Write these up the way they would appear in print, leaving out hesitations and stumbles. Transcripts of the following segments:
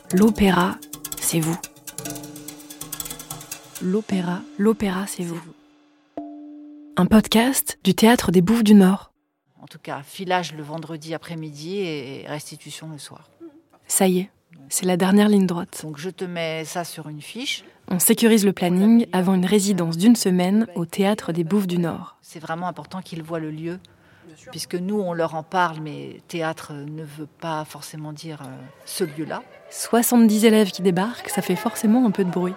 L'opéra, c'est vous. L'opéra, c'est vous. Un podcast du Théâtre des Bouffes du Nord. En tout cas, filage le vendredi après-midi et restitution le soir. Ça y est, c'est la dernière ligne droite. Donc je te mets ça sur une fiche. On sécurise le planning avant une résidence d'1 semaine au Théâtre des Bouffes du Nord. C'est vraiment important qu'ils voient le lieu, puisque nous, on leur en parle, mais théâtre ne veut pas forcément dire ce lieu-là. 70 élèves qui débarquent, ça fait forcément un peu de bruit.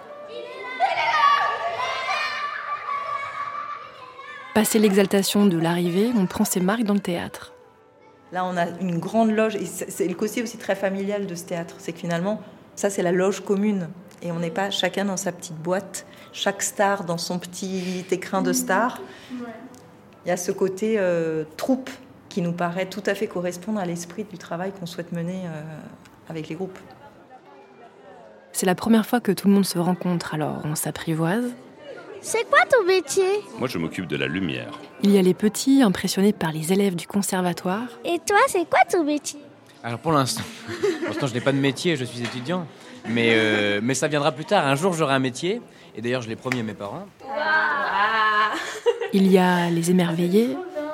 Passé l'exaltation de l'arrivée, on prend ses marques dans le théâtre. Là, on a une grande loge, et c'est le côté aussi très familial de ce théâtre. C'est que finalement, ça, c'est la loge commune. Et on n'est pas chacun dans sa petite boîte, chaque star dans son petit écrin de star. Il y a ce côté troupe qui nous paraît tout à fait correspondre à l'esprit du travail qu'on souhaite mener avec les groupes. C'est la première fois que tout le monde se rencontre, alors on s'apprivoise. C'est quoi ton métier ? Moi, je m'occupe de la lumière. Il y a les petits, impressionnés par les élèves du conservatoire. Et toi, c'est quoi ton métier ? Alors pour l'instant, je n'ai pas de métier, je suis étudiant. Mais ça viendra plus tard. Un jour, j'aurai un métier. Et d'ailleurs, je l'ai promis à mes parents. Il y a les émerveillés,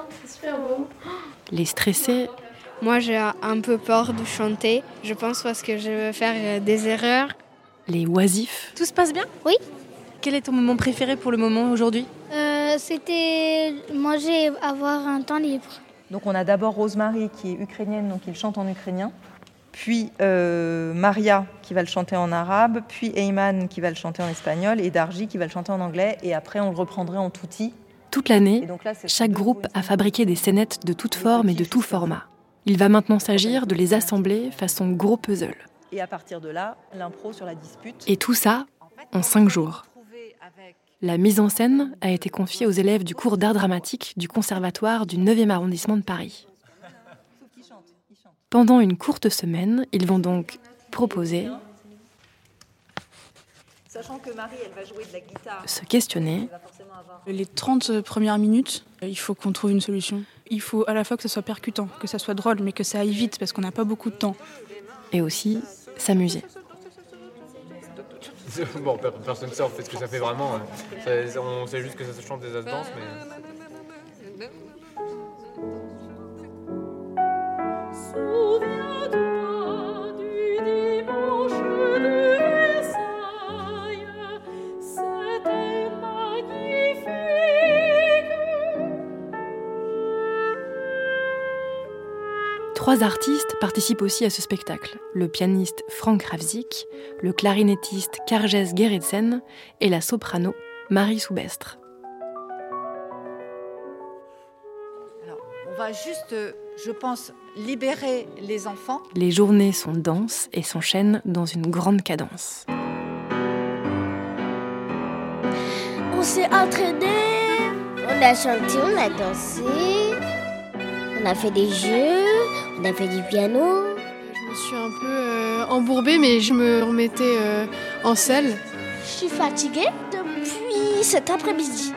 les stressés. Moi, j'ai un peu peur de chanter, je pense, parce que je vais faire des erreurs. Les oisifs. Tout se passe bien ? Oui. Quel est ton moment préféré pour le moment aujourd'hui ? C'était manger, avoir un temps libre. Donc on a d'abord Rosemary qui est ukrainienne, donc il chante en ukrainien. Puis Maria qui va le chanter en arabe. Puis Eyman qui va le chanter en espagnol. Et Darji qui va le chanter en anglais. Et après, on le reprendrait en touti. Toute l'année, chaque groupe a fabriqué des scénettes de toutes formes et de tout format. Il va maintenant s'agir de les assembler façon gros puzzle. Et à partir de là, l'impro sur la dispute. Et tout ça en 5 jours. La mise en scène a été confiée aux élèves du cours d'art dramatique du conservatoire du 9e arrondissement de Paris. Pendant une courte semaine, ils vont donc proposer, Sachant que Marie, elle va jouer de la guitare. Se questionner. Les 30 premières minutes, il faut qu'on trouve une solution. Il faut à la fois que ça soit percutant, que ça soit drôle, mais que ça aille vite parce qu'on n'a pas beaucoup de temps. Et aussi s'amuser. Bon, personne ne sait en fait ce que ça fait vraiment. On sait juste que ça se chante des as-danses, mais... Souviens-toi du dimanche de Versailles, c'était magnifique. 3 artistes participent aussi à ce spectacle. Le pianiste Frank Kravzik, le clarinettiste Karjes Gerritsen et la soprano Marie Soubestre. Alors, on va juste, je pense, libérer les enfants. Les journées sont denses et s'enchaînent dans une grande cadence. On s'est entraîné, on a chanté, on a dansé, on a fait des jeux, on a fait du piano. Je me suis un peu embourbée, mais je me remettais en selle. Je suis fatiguée depuis cet après-midi.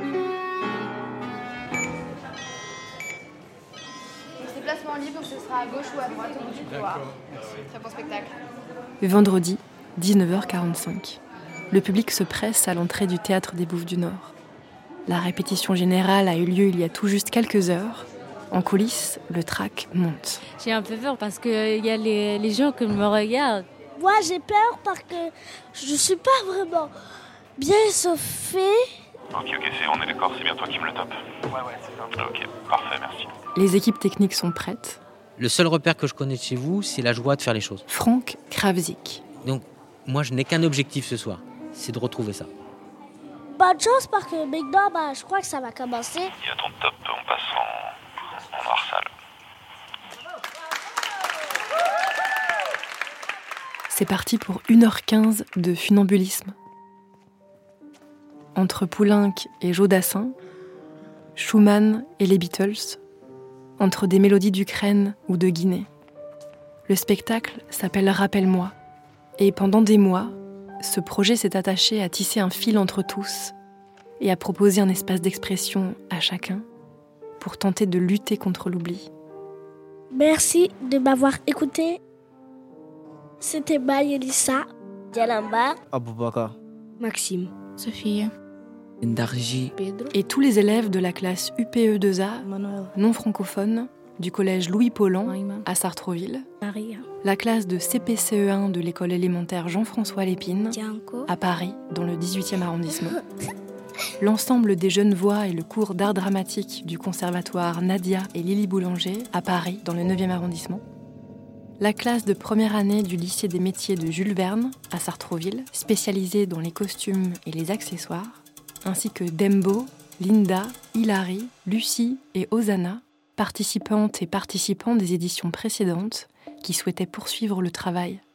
Déplacement libre, ce sera à gauche ou à droite au bout du couloir. Très bon spectacle. Vendredi, 19h45. Le public se presse à l'entrée du Théâtre des Bouffes du Nord. La répétition générale a eu lieu il y a tout juste quelques heures. En coulisses, le trac monte. J'ai un peu peur parce qu'il y a les gens qui me regardent. Moi, j'ai peur parce que je ne suis pas vraiment bien échauffée. Ok, on est d'accord, c'est bien toi qui me le top. Ouais, c'est ça. Ok, parfait, merci. Les équipes techniques sont prêtes. Le seul repère que je connais de chez vous, c'est la joie de faire les choses. Frank Kravzik. Donc, moi, je n'ai qu'un objectif ce soir, c'est de retrouver ça. Bonne chance parce que maintenant, je crois que ça va commencer. Il y a ton top, on passe en noir sale. C'est parti pour 1h15 de funambulisme. Entre Poulenc et Jodassin, Schumann et les Beatles, entre des mélodies d'Ukraine ou de Guinée. Le spectacle s'appelle Rappelle-moi. Et pendant des mois, ce projet s'est attaché à tisser un fil entre tous et à proposer un espace d'expression à chacun pour tenter de lutter contre l'oubli. Merci de m'avoir écouté. C'était Maïlissa, Djalamba, Aboubakar, Maxime, Sophie, Ndarji, Pedro. Et tous les élèves de la classe UPE2A, non francophone, du collège Louis Paulan à Sartrouville, Maria, la classe de CPCE1 de l'école élémentaire Jean-François Lépine, Dianco, à Paris, dans le 18e arrondissement. L'ensemble des jeunes voix et le cours d'art dramatique du conservatoire Nadia et Lily Boulanger, à Paris, dans le 9e arrondissement. La classe de première année du lycée des métiers de Jules Verne, à Sartrouville, spécialisée dans les costumes et les accessoires, ainsi que Dembo, Linda, Hilary, Lucie et Hosanna, participantes et participants des éditions précédentes qui souhaitaient poursuivre le travail